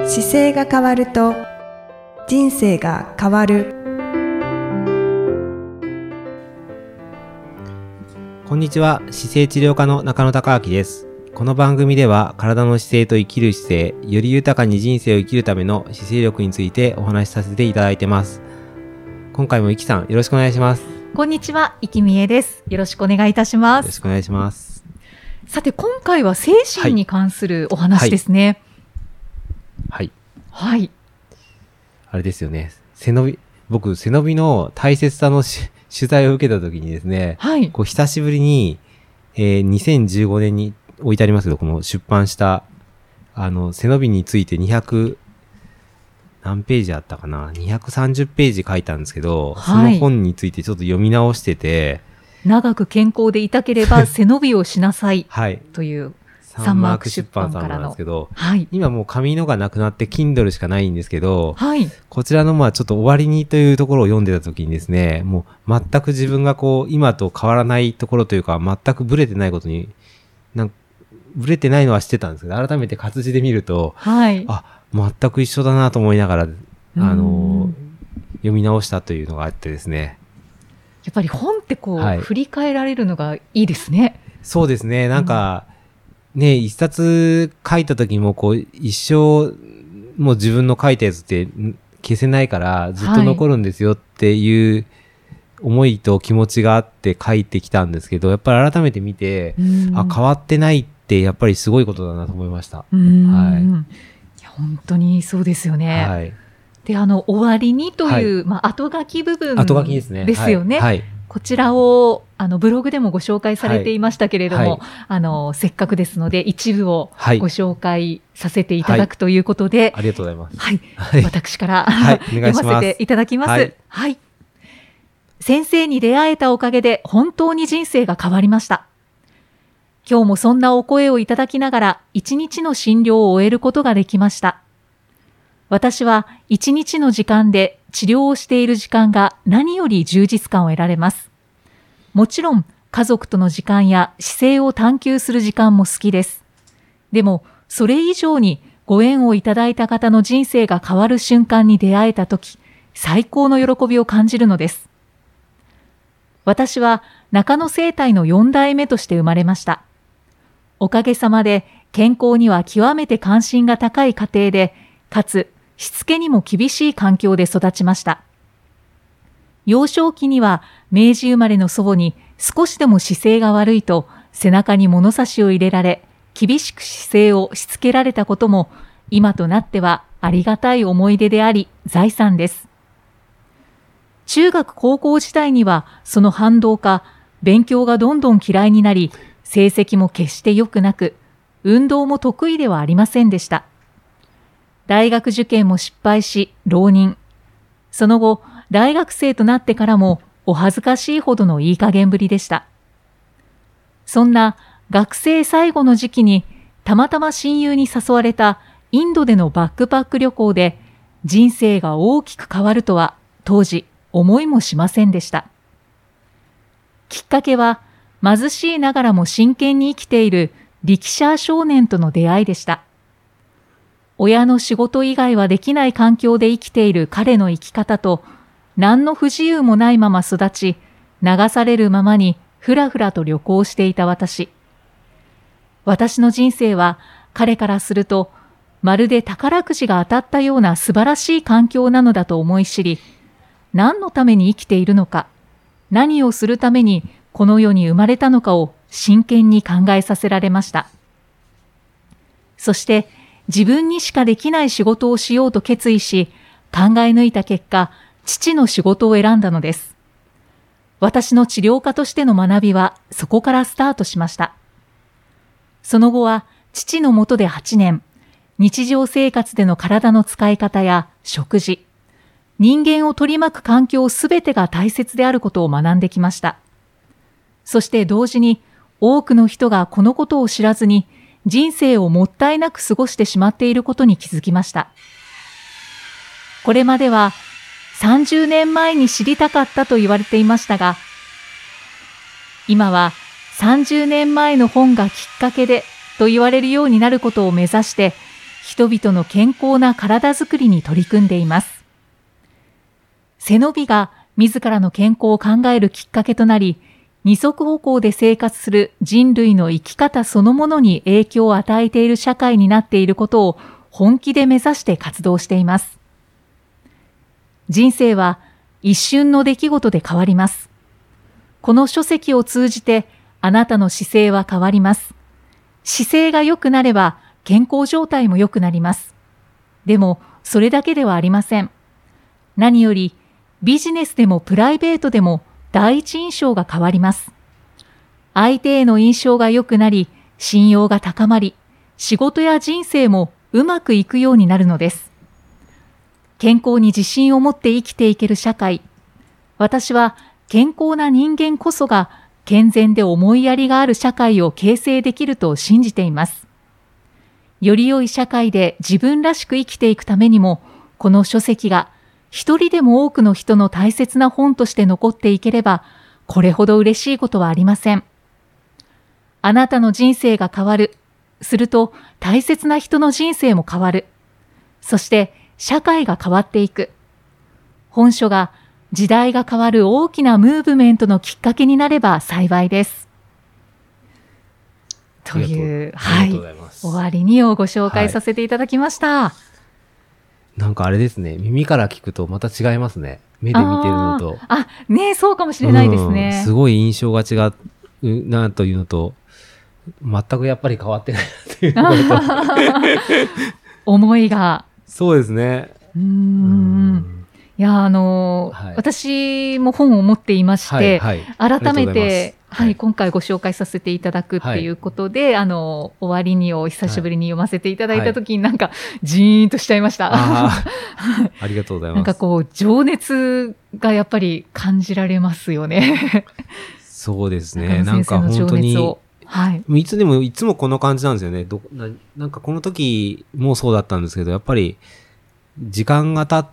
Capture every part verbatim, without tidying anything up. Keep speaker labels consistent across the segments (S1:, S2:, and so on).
S1: 姿勢が変わると人生が変わる。
S2: こんにちは、姿勢治療科の中野孝明です。この番組では体の姿勢と生きる姿勢、より豊かに人生を生きるための姿勢力についてお話しさせていただいてます。今回もいきさん、よろしくお願いします。
S3: こんにちは、いきみえです。よろしくお願いいたします。
S2: よろしくお願いします。
S3: さて、今回は精神に関するお話ですね。
S2: はい。
S3: はい。はい、
S2: あれですよね。背伸び、僕、背伸びの大切さのし取材を受けたときにですね、
S3: はい、
S2: こう久しぶりに、えー、にせんじゅうごねんに置いてありますけど、この出版した、あの、背伸びについてにひゃく、何ページあったかな ?にひゃくさんじゅう ページ書いたんですけど、はい、その本についてちょっと読み直してて、
S3: 長く健康でいたければ背伸びをしなさい、はい、という
S2: サンマーク出版さんなんですけど、はい、今もう紙のがなくなって Kindle しかないんですけど、はい、こちらのまあちょっと終わりにというところを読んでた時にですね、もう全く自分がこう今と変わらないところというか全くブレてないことになんブレてないのは知ってたんですけど、改めて活字で見ると、はい、あ、全く一緒だなと思いながら、あの読み直したというのがあってですね。
S3: やっぱり本ってこう、はい、振り返られるのがいいですね。
S2: そうですね。なんか、うん、ね、一冊書いた時もこう一生もう自分の書いたやつって消せないからずっと残るんですよっていう思いと気持ちがあって書いてきたんですけど、やっぱり改めて見て、うん、あ、変わってないってやっぱりすごいことだなと思いました。
S3: うん、はい。いや本当にそうですよね。はい。で、あの終わりにという、はい、まあ後書き部分
S2: 後書きですね。
S3: ですよね。はい。はい、こちらをあのブログでもご紹介されていましたけれども、はいはい、あのせっかくですので一部をご紹介させていただくということで、はいはい、
S2: ありがとうございます。
S3: はい。はい、私から、はい、読ませていただきます。はい。はい。先生に出会えたおかげで本当に人生が変わりました。今日もそんなお声をいただきながら一日の診療を終えることができました。私は一日の時間で治療をしている時間が何より充実感を得られます。もちろん家族との時間や姿勢を探求する時間も好きです。でもそれ以上にご縁をいただいた方の人生が変わる瞬間に出会えたとき、最高の喜びを感じるのです。私は中野生態のよん代目として生まれました。おかげさまで健康には極めて関心が高い家庭で、かつしつけにも厳しい環境で育ちました。幼少期には明治生まれの祖母に少しでも姿勢が悪いと背中に物差しを入れられ、厳しく姿勢をしつけられたことも今となってはありがたい思い出であり財産です。中学高校時代にはその反動か勉強がどんどん嫌いになり、成績も決して良くなく、運動も得意ではありませんでした。大学受験も失敗し、浪人。その後、大学生となってからもお恥ずかしいほどのいい加減ぶりでした。そんな学生最後の時期に、たまたま親友に誘われたインドでのバックパック旅行で、人生が大きく変わるとは、当時思いもしませんでした。きっかけは、貧しいながらも真剣に生きている力車少年との出会いでした。親の仕事以外はできない環境で生きている彼の生き方と、何の不自由もないまま育ち、流されるままにふらふらと旅行していた私。私の人生は彼からすると、まるで宝くじが当たったような素晴らしい環境なのだと思い知り、何のために生きているのか、何をするためにこの世に生まれたのかを真剣に考えさせられました。そして自分にしかできない仕事をしようと決意し、考え抜いた結果、父の仕事を選んだのです。私の治療家としての学びはそこからスタートしました。その後は父の下ではちねん、日常生活での体の使い方や食事、人間を取り巻く環境すべてが大切であることを学んできました。そして同時に多くの人がこのことを知らずに人生をもったいなく過ごしてしまっていることに気づきました。これまではさんじゅうねんまえに知りたかったと言われていましたが、今はさんじゅうねんまえの本がきっかけでと言われるようになることを目指して、 人々の健康な体づくりに取り組んでいます。背伸びが自らの健康を考えるきっかけとなり、二足歩行で生活する人類の生き方そのものに影響を与えている社会になっていることを本気で目指して活動しています。人生は一瞬の出来事で変わります。この書籍を通じてあなたの姿勢は変わります。姿勢が良くなれば健康状態も良くなります。でもそれだけではありません。何よりビジネスでもプライベートでも第一印象が変わります。相手への印象が良くなり、信用が高まり、仕事や人生もうまくいくようになるのです。健康に自信を持って生きていける社会。私は健康な人間こそが健全で思いやりがある社会を形成できると信じています。より良い社会で自分らしく生きていくためにも、この書籍が一人でも多くの人の大切な本として残っていければ、これほど嬉しいことはありません。あなたの人生が変わる。すると大切な人の人生も変わる。そして社会が変わっていく。本書が時代が変わる大きなムーブメントのきっかけになれば幸いです。という、はい、終わりにをご紹介させていただきました。はい、
S2: なんかあれですね、耳から聞くとまた違いますね。目で見てるのと。
S3: あ、あね、そうかもしれないですね。
S2: うん、すごい印象が違うなというのと、全くやっぱり変わってないなというところと。
S3: 思いが。
S2: そうですね。
S3: うーん。いや、あのーはい、私も本を持っていまして、はいはい、改めて、はい、今回ご紹介させていただくっていうことで、はい、あの、終わりにを久しぶりに読ませていただいたときに、なんか、ジーンとしちゃいました。
S2: あ, ありがとうございます。
S3: なんかこう、情熱がやっぱり感じられますよね。
S2: そうですね。なんか本当に、はい、いつでも、いつもこの感じなんですよね。どな、なんかこの時もそうだったんですけど、やっぱり、時間が経って、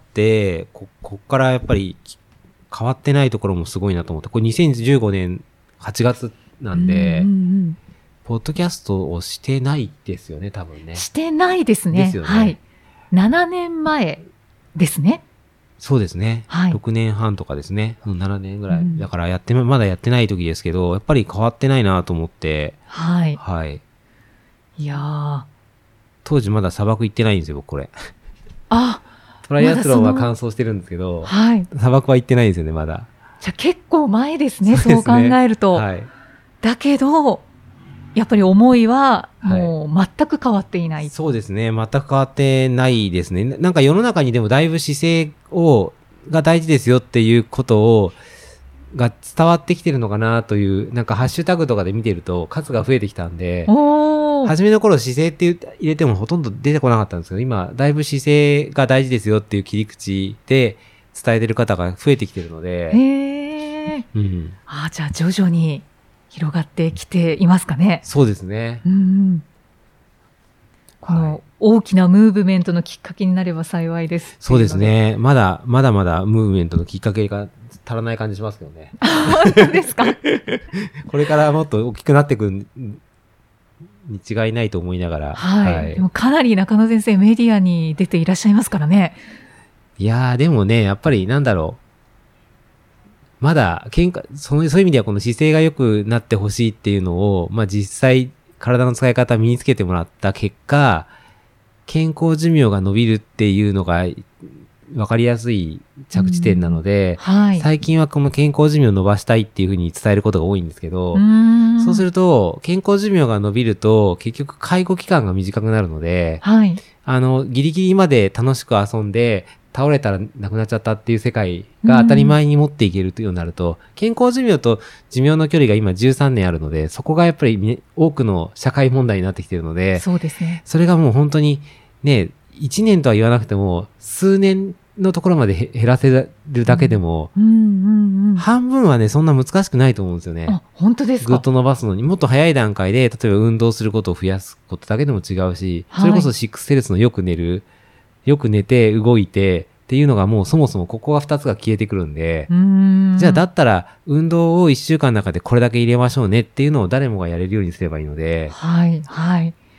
S2: こ、こっからやっぱり変わってないところもすごいなと思って、これにせんじゅうごねんはちがつなんで、うんうんうん、ポッドキャストをしてないですよね、多分ね。
S3: してないですね。ですよね。はい。ななねんまえですね。
S2: そうですね。はい、ろくねんはんとかですね。ななねんぐらい。うん、だからやって、まだやってない時ですけど、やっぱり変わってないなと思って。
S3: はい。
S2: はい。
S3: いやー。
S2: 当時まだ砂漠行ってないんですよ、僕これ。
S3: あ、
S2: トライアスロンは完走してるんですけど、はい、砂漠は行ってないんですよね、まだ。
S3: じゃあ結構前ですね、そう考えると。はい、だけど、やっぱり思いはもう全く変わっていない、はい。
S2: そうですね、全く変わってないですね。なんか世の中にでもだいぶ姿勢を、が大事ですよっていうことを、が伝わってきてるのかなという、なんかハッシュタグとかで見てると数が増えてきたんで、初めの頃姿勢って入れてもほとんど出てこなかったんですけど、今だいぶ姿勢が大事ですよっていう切り口で伝えてる方が増えてきてるので、
S3: へー、うん、あ、じゃあ徐々に広がってきていますかね。
S2: そうですね。
S3: うん、この大きなムーブメントのきっかけになれば幸いです。
S2: そうですね。まだまだまだムーブメントのきっかけが足らない感じしますけどね。
S3: 本当ですか？
S2: これからもっと大きくなっていくに違いないと思いながら。
S3: はい。はい、でもかなり中野先生メディアに出ていらっしゃいますからね。
S2: いやーでもね、やっぱりなんだろう。まだ喧嘩、その、そういう意味ではこの姿勢が良くなってほしいっていうのを、まあ実際体の使い方身につけてもらった結果、健康寿命が伸びるっていうのが分かりやすい着地点なので、はい、最近はこの健康寿命を伸ばしたいっていうふうに伝えることが多いんですけど、うそうすると健康寿命が伸びると結局介護期間が短くなるので、はい、あのギリギリまで楽しく遊んで倒れたら亡くなっちゃったっていう世界が当たり前に持っていけるというようになると、健康寿命と寿命の距離が今じゅうさんねんあるので、そこがやっぱり多くの社会問題になってきているので、
S3: そうですね。
S2: それがもう本当にね、いちねんとは言わなくても数年のところまで減らせるだけでも、うんうんうんうん、半分はね、そんな難しくないと思うんですよね。
S3: あ、本当ですか？
S2: ぐっと伸ばすのに、もっと早い段階で、例えば運動することを増やすことだけでも違うし、はい、それこそシックスヘルツのよく寝る、よく寝て動いてっていうのがもうそもそもここがふたつが消えてくるんで、うーん、じゃあだったら運動をいっしゅうかんの中でこれだけ入れましょうねっていうのを誰もがやれるようにすればいいので、
S3: はい、はい。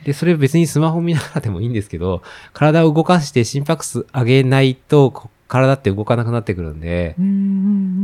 S2: で、それ別にスマホ見ながらでもいいんですけど、体を動かして心拍数上げないと、体って動かなくなってくるんで、
S3: うんうんうん、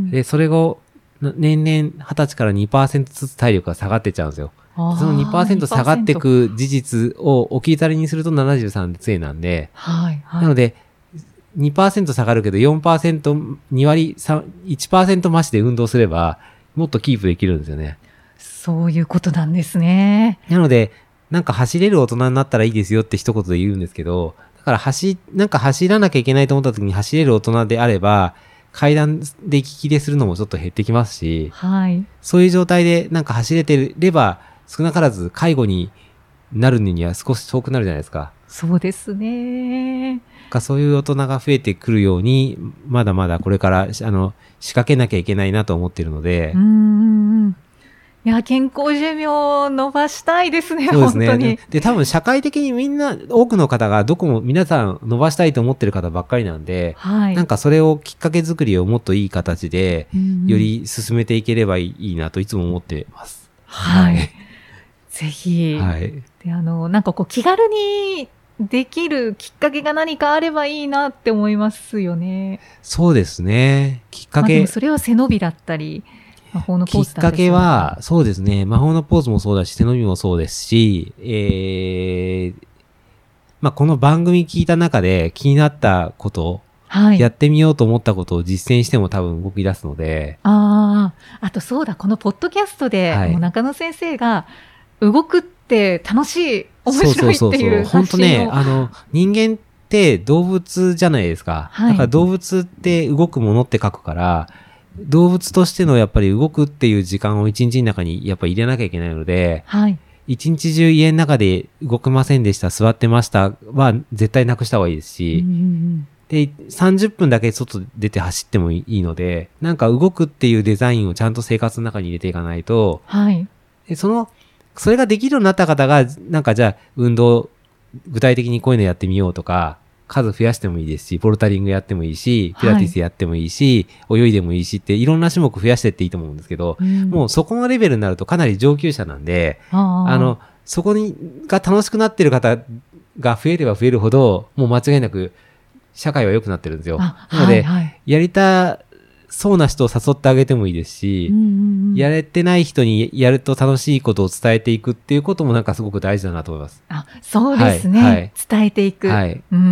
S2: で、それを年々はたちから にパーセント ずつ体力が下がってっちゃうんですよ。その にパーセント 下がっていく事実を置き去りにするとななじゅうさんで杖なんで、
S3: はいはい、
S2: なので にパーセント 下がるけど よんパーセント、に割、いちパーセント 増しで運動すればもっとキープできるんですよね。
S3: そういうことなんですね。
S2: なので、なんか走れる大人になったらいいですよって一言で言うんですけど、だから走、なんか走らなきゃいけないと思った時に走れる大人であれば、階段で息切れするのもちょっと減ってきますし、
S3: はい、
S2: そういう状態でなんか走れてれば、少なからず介護になるには少し遠くなるじゃないですか。
S3: そうですね。
S2: かそういう大人が増えてくるように、まだまだこれからあの仕掛けなきゃいけないなと思っているので。
S3: うーん、いや、健康寿命を伸ばしたいですね。
S2: そうですね。
S3: 本当に。
S2: で、で多分社会的にみんな、多くの方がどこも皆さん伸ばしたいと思ってる方ばっかりなんで、
S3: はい、
S2: なんかそれをきっかけ作りをもっといい形で、
S3: うんうん、
S2: より進めていければいいなといつも思ってます。
S3: はい。はい、ぜひ、
S2: はい。
S3: で、あの、なんかこう気軽にできるきっかけが何かあればいいなって思いますよね。
S2: そうですね。きっかけ。
S3: まあ、でもそれは背伸びだったり、魔法のポーズだったり。
S2: きっかけは、そうですね。魔法のポーズもそうだし、背伸びもそうですし、えー、まあ、この番組聞いた中で気になったことを、はい、やってみようと思ったことを実践しても多分動き出すので。
S3: ああ、あとそうだ、このポッドキャストで、はい、もう中野先生が動くって楽しい、面白いっていう
S2: そうそうそうそう。本当ね、あの、人間って動物じゃないですか。はい、だから動物って動くものって書くから、動物としてのやっぱり動くっていう時間を一日の中にやっぱり入れなきゃいけないので、はい、一日中家の中で動けませんでした、座ってましたは絶対なくした方がいいですし、うんうん、で、さんじゅっぷんだけ外出て走ってもいいので、なんか動くっていうデザインをちゃんと生活の中に入れていかないと、はい、でその、それができるようになった方が、なんかじゃあ運動、具体的にこういうのやってみようとか、数増やしてもいいですし、ボルタリングやってもいいし、ピラティスやってもいいし、はい、泳いでもいいしっていろんな種目増やしてっていいと思うんですけど、うん、もうそこのレベルになるとかなり上級者なんで、あ, あの、そこにが楽しくなってる方が増えれば増えるほど、もう間違いなく社会は良くなってるんですよ。なので、はいはい、やりたそうな人を誘ってあげてもいいですし、うんうんうん、やれてない人にやると楽しいことを伝えていくっていうこともなんかすごく大事だなと思います。
S3: あ、そうですね。はいはい、伝えていく。はい。うんうん。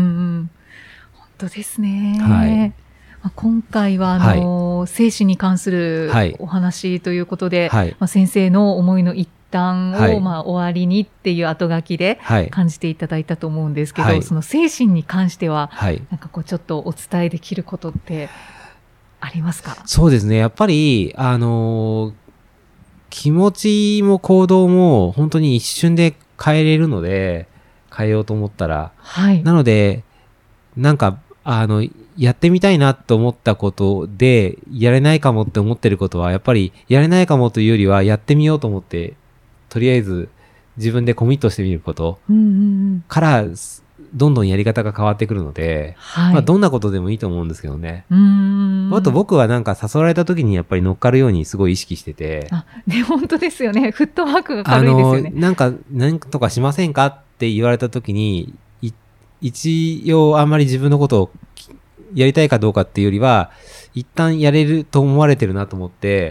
S3: 本当ですね。はい。まあ、今回は、あの、はい、生死に関するお話ということで、はい、まあ、先生の思いの一端を、はい、まあ、終わりにっていう後書きで感じていただいたと思うんですけど、はい、その精神に関しては、はい、なんかこうちょっとお伝えできることってありますか？
S2: そうですね。やっぱり、あのー、気持ちも行動も本当に一瞬で変えれるので、変えようと思ったら。はい。なので、なんか、あの、やってみたいなと思ったことで、やれないかもって思ってることは、やっぱり、やれないかもというよりは、やってみようと思って、とりあえず、自分でコミットしてみることから、どんどんやり方が変わってくるので、はい、まあどんなことでもいいと思うんですけどね。うーん。あと僕はなんか誘われた時にやっぱり乗っかるようにすごい意識してて。
S3: あ、ね、本当ですよね。フットワークが軽いですよね。
S2: あの、なんか、なんとかしませんかって言われた時に、一応あんまり自分のことをやりたいかどうかっていうよりは、一旦やれると思われてるなと思って、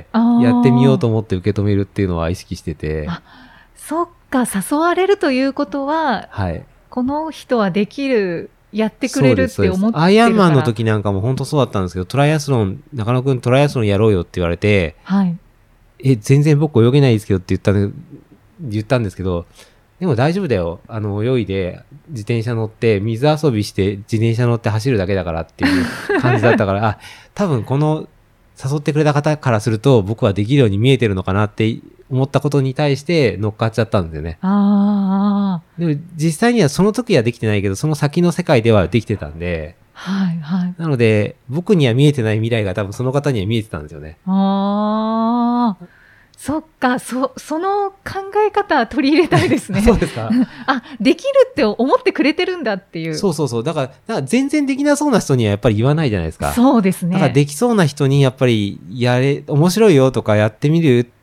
S2: やってみようと思って受け止めるっていうのは意識してて。
S3: あ、そっか、誘われるということは、はい。この人はできる、やってくれるって思ってるから。
S2: アイアンマンの時なんかも本当そうだったんですけど、トライアスロン、中野くんトライアスロンやろうよって言われて、はい。え、全然僕泳げないですけどって言ったん、言ったんですけど、でも大丈夫だよ。あの、泳いで、自転車乗って、水遊びして、自転車乗って走るだけだからっていう感じだったから、あ、多分この、誘ってくれた方からすると、僕はできるように見えてるのかなって思ったことに対して乗っかっちゃったんですよね。ああ。でも実際にはその時はできてないけど、その先の世界ではできてたんで。はいはい。なので、僕には見えてない未来が多分その方には見えてたんですよね。
S3: ああ。そっか、そ、その考え方取り入れたいですね。
S2: そうですか
S3: あ、できるって思ってくれてるんだっていう。
S2: そうそうそう。だから、だから全然できなそうな人にはやっぱり言わないじゃないですか。
S3: そうですね。
S2: だからできそうな人にやっぱりやれ、面白いよとかやってみる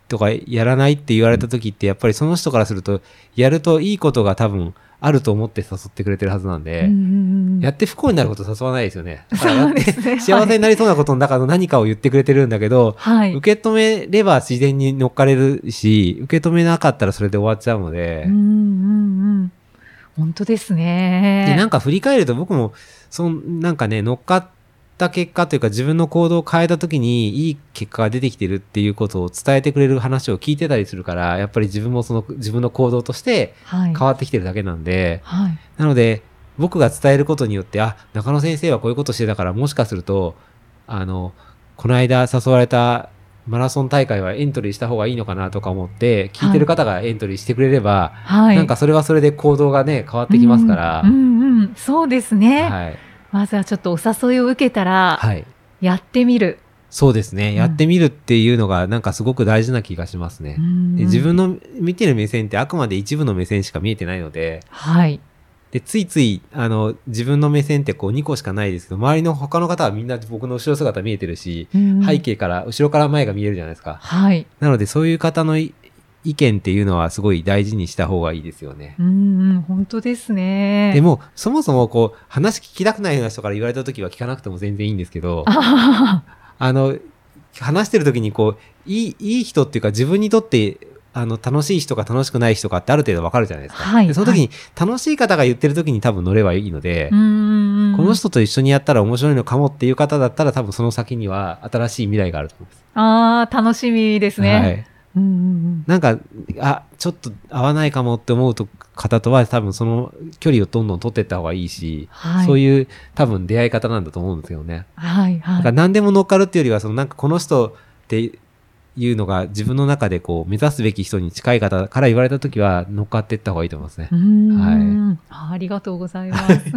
S2: とかやらないって言われた時って、やっぱりその人からすると、やるといいことが多分あると思って誘ってくれてるはずなんで、うんうんうん、やって不幸になること誘わないですよね。だからやって幸せになりそうなことの中の何かを言ってくれてるんだけど、はい、受け止めれば自然に乗っかれるし、受け止めなかったらそれで終わっちゃうので。
S3: うんうんうん、本当ですね。
S2: で、なんか振り返ると僕も、そのなんかね、乗っかった結果というか自分の行動を変えた時にいい結果が出てきてるっていうことを伝えてくれる話を聞いてたりするから、やっぱり自分もその自分の行動として変わってきてるだけなんで、はいはい、なので僕が伝えることによって、あ、中野先生はこういうことしてたから、もしかすると、あの、この間誘われたマラソン大会はエントリーした方がいいのかなとか思って、聞いてる方がエントリーしてくれれば、はい、なんかそれはそれで行動がね、変わってきますから。
S3: うんうんうん、そうですね。はい、まずはちょっとお誘いを受けたら、はい、やってみる。
S2: そうですね。やってみるっていうのがなんかすごく大事な気がしますね。うん、で自分の見てる目線ってあくまで一部の目線しか見えてないので、はい。でついついあの自分の目線ってこうにこしかないですけど、周りの他の方はみんな僕の後ろ姿見えてるし、うん、背景から後ろから前が見えるじゃないですか。はい。なのでそういう方の意見っていうのはすごい大事にした方がいいですよね。
S3: うん、本当ですね。
S2: でもそもそもこう話聞きたくないような人から言われた時は聞かなくても全然いいんですけど、あの話してる時にこういいいい人っていうか、自分にとってあの楽しい人か楽しくない人かってある程度わかるじゃないですか。はい、でその時に、はい、楽しい方が言ってる時に多分乗ればいいので、うーん、この人と一緒にやったら面白いのかもっていう方だったら、多分その先には新しい未来があると思います。
S3: ああ、楽しみですね。はい。
S2: うんうんうん、なんかあちょっと合わないかもって思うと方とは多分その距離をどんどん取っていった方がいいし、はい、そういう多分出会い方なんだと思うんですよね。はいはい。だから何でも乗っかるっていうよりは、そのなんかこの人っていうのが自分の中でこう目指すべき人に近い方から言われたときは乗っかっていった方がいいと思いますね。うん、
S3: はい。あ、ありがとうございます。はい、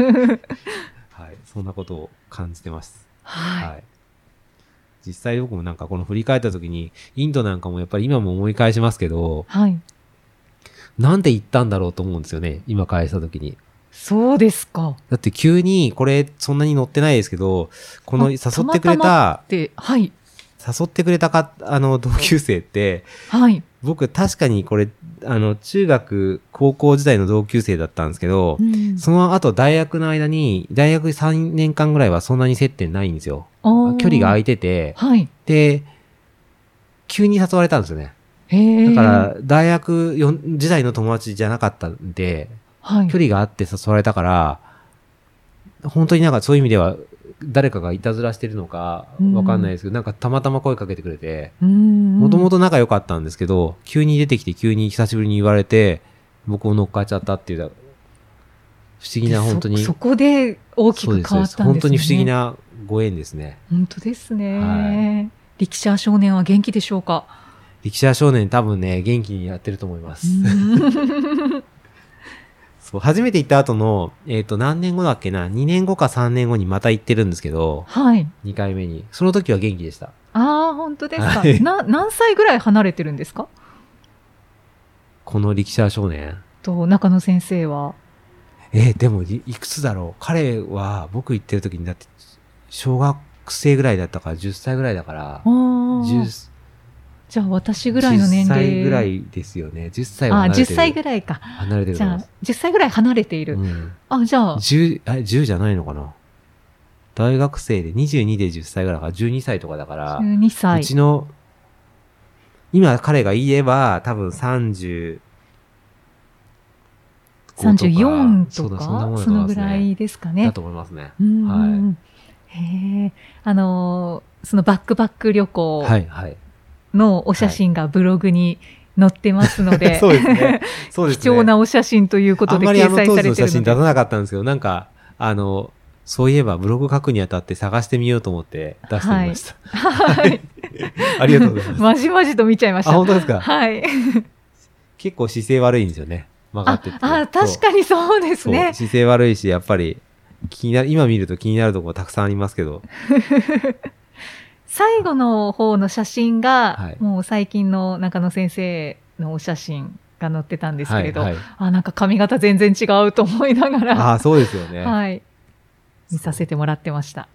S2: そんなことを感じてます。はい。はい、実際僕もなんかこの振り返ったときに、インドなんかもやっぱり今も思い返しますけど、はい。なんで行ったんだろうと思うんですよね、今返したときに。
S3: そうですか。
S2: だって急にこれそんなに載ってないですけど、この誘ってくれた、たまたまって、はい。誘ってくれたか、あの、同級生って、はい。僕、確かにこれ、あの、中学、高校時代の同級生だったんですけど、うん、その後、大学の間に、大学さんねんかんぐらいはそんなに接点ないんですよ。距離が空いてて、はい。で、急に誘われたんですよね。へだから、大学時代の友達じゃなかったんで、はい。距離があって誘われたから、本当になんかそういう意味では、誰かがいたずらしてるのかわかんないですけど、うん、なんかたまたま声かけてくれて、もともと仲良かったんですけど、急に出てきて急に久しぶりに言われて、僕を乗っかっちゃったっていう、不思議な本当に。
S3: そ, そこで大きく変わったんですね。
S2: 本当に不思議なご縁ですね。
S3: 本当ですね。はい、力士少年は元気でしょうか？
S2: 力士少年多分ね、元気にやってると思います。そう初めて行った後の、えっと、何年後だっけな、にねんごかさんねんごにまた行ってるんですけど、はい。にかいめに。その時は元気でした。
S3: ああ、本当ですか。はい、な、何歳ぐらい離れてるんですか？
S2: この力士少年
S3: と、中野先生は。
S2: えー、でもい、いくつだろう。彼は、僕行ってる時に、だって、小学生ぐらいだったから、じゅっさいぐらいだから、じゅっ
S3: じゃあ私ぐらいの年齢。
S2: じゅっさいぐらいですよね。じゅっさいは離れてる。
S3: あ、じゅっさいぐらいか。
S2: 離れてる。
S3: じゃあ、じゅっさいぐらい離れている。うん、あ、じゃあ。
S2: じゅう、あ、じゅうじゃないのかな。大学生でにじゅうにでじゅっさいぐらいだから、じゅうにさいとかだから。
S3: じゅうにさい。
S2: うちの、今彼が言えば、多分さんじゅう、
S3: さんじゅうよんとか、そ, ね、そのぐらいですかね。
S2: だと思いますね。はい。
S3: へえ。あのー、そのバックパック旅行。はいはい。のお写真がブログに載ってますので、はい、そうですね。そうですね。貴重なお写真ということで掲載されてるので。あんまりあの当時の写真出さなかったんですけど、なんか、あの、そういえばブログ書くにあたって探してみようと思って出してみました。はい。ありがとうございます。 まじまじと見ちゃいました。
S2: あ、本当ですか？
S3: はい。
S2: 結構姿勢悪いんですよね。曲がってて。
S3: あ、あ、確かにそうですね。
S2: 姿勢悪いし、やっぱり気になる、今見ると気になるところたくさんありますけど。
S3: 最後の方の写真が、はい、もう最近の中野先生のお写真が載ってたんですけれど、はいはい、あ、なんか髪型全然違うと思いながら。
S2: あ、そうですよね。
S3: はい。見させてもらってました。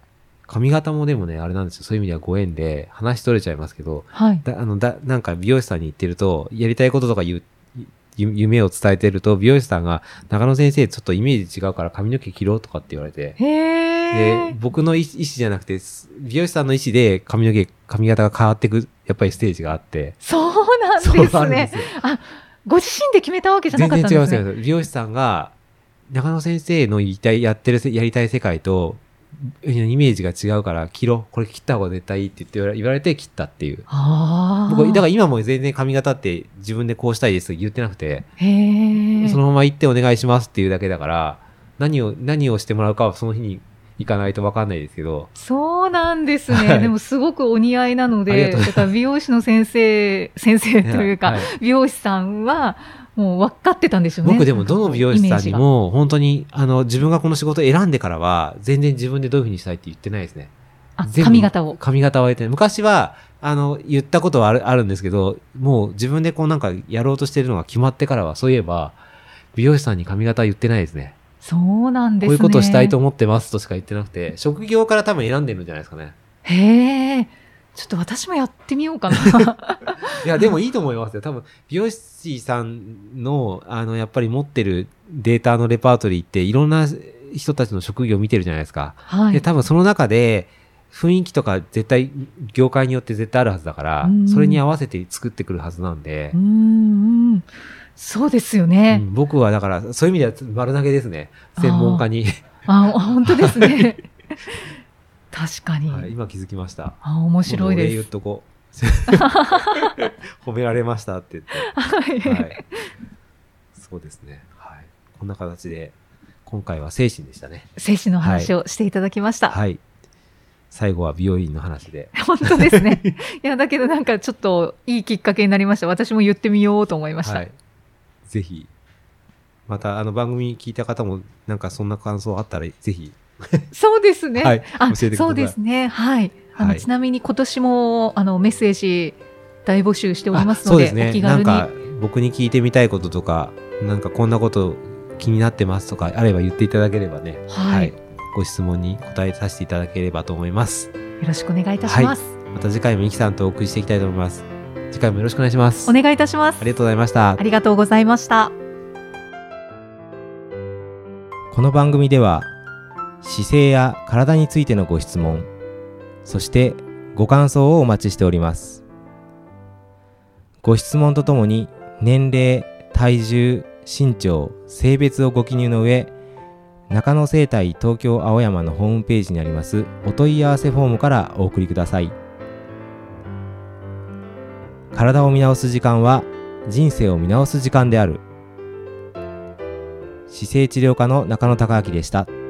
S2: 髪型もでもね、あれなんですよ。そういう意味ではご縁で話取れちゃいますけど、はい、だあのだなんか美容師さんに言ってると、やりたいこととか言う、夢を伝えてると、美容師さんが、中野先生ちょっとイメージ違うから髪の毛切ろうとかって言われて、
S3: へ
S2: で僕の意思じゃなくて、美容師さんの意思で髪の毛、髪型が変わっていく、やっぱりステージがあって。
S3: そうなんですね。あ、ご自身で決めたわけじゃなかったんですね。
S2: 全然違いますよ。美容師さんが、中野先生の言いたい、やってる、やりたい世界と、イメージが違うから切ろう、これ切った方が絶対いいって言って言われて切ったっていう。
S3: あ
S2: 僕だから今も全然髪型って自分でこうしたいですって言ってなくて、
S3: へ
S2: そのまま行ってお願いしますっていうだけだから、何を何をしてもらうかはその日に行かないと分かんないですけど。
S3: そうなんですね。はい、でもすごくお似合いなので、だから美容師の先生先生というか、はい、美容師さんはもう分かってたんですよね。
S2: 僕でもどの美容師さんにも本当にあの自分がこの仕事を選んでからは全然自分でどういう風にしたいって言ってないですね。
S3: あ、髪型を
S2: 髪型を言ってない。昔はあの言ったことはある、あるんですけど、もう自分でこうなんかやろうとしてるのが決まってからは、そういえば美容師さんに髪型は言ってないですね。
S3: そうなんですね。
S2: こういうことをしたいと思ってますとしか言ってなくて、職業から多分選んでるんじゃないですかね。
S3: へえ。ちょっと私もやってみようかな。
S2: いや、でもいいと思いますよ。多分、美容師さんの、あの、やっぱり持ってるデータのレパートリーって、いろんな人たちの職業を見てるじゃないですか。
S3: はい。
S2: で、多分その中で、雰囲気とか絶対、業界によって絶対あるはずだから、それに合わせて作ってくるはずなんで。
S3: うんうん。そうですよね。
S2: うん、僕はだから、そういう意味では丸投げですね。専門家に。
S3: ああ、本当ですね。確かに、
S2: はい、今気づきました。
S3: あ、面白いです。
S2: 言っとこう。褒められましたって言って。はいはい、そうですね、はい。こんな形で今回は精神でしたね。
S3: 精神の話をしていただきました。
S2: はい。はい、最後は美容院の話で。
S3: 本当ですね。いやだけどなんかちょっといいきっかけになりました。私も言ってみようと思いました。はい、
S2: ぜひまたあの番組聞いた方もなんかそんな感想あったらぜひ。
S3: そうですね。
S2: はい、
S3: あ、
S2: 教えてください。
S3: そうですね。はい。あの、はい、ちなみに今年もあのメッセージ大募集しておりますので、そうですね、お気軽に。
S2: なんか僕に聞いてみたいこととか、なんかこんなこと気になってますとかあれば言っていただければね、はい、はい、ご質問に答えさせていただければと思います。
S3: よろしくお願いいたします。
S2: はい、また次回もイキさんとお送りしていきたいと思います。次回もよろしくお願いします。
S3: お願いいたします。
S2: ありがとうございました。
S3: ありがとうございました。
S2: この番組では姿勢や体についてのご質問、そしてご感想をお待ちしております。ご質問とともに年齢、体重、身長、性別をご記入の上、中野生態東京青山のホームページにありますお問い合わせフォームからお送りください。体を見直す時間は人生を見直す時間である。姿勢治療科の中野孝明でした。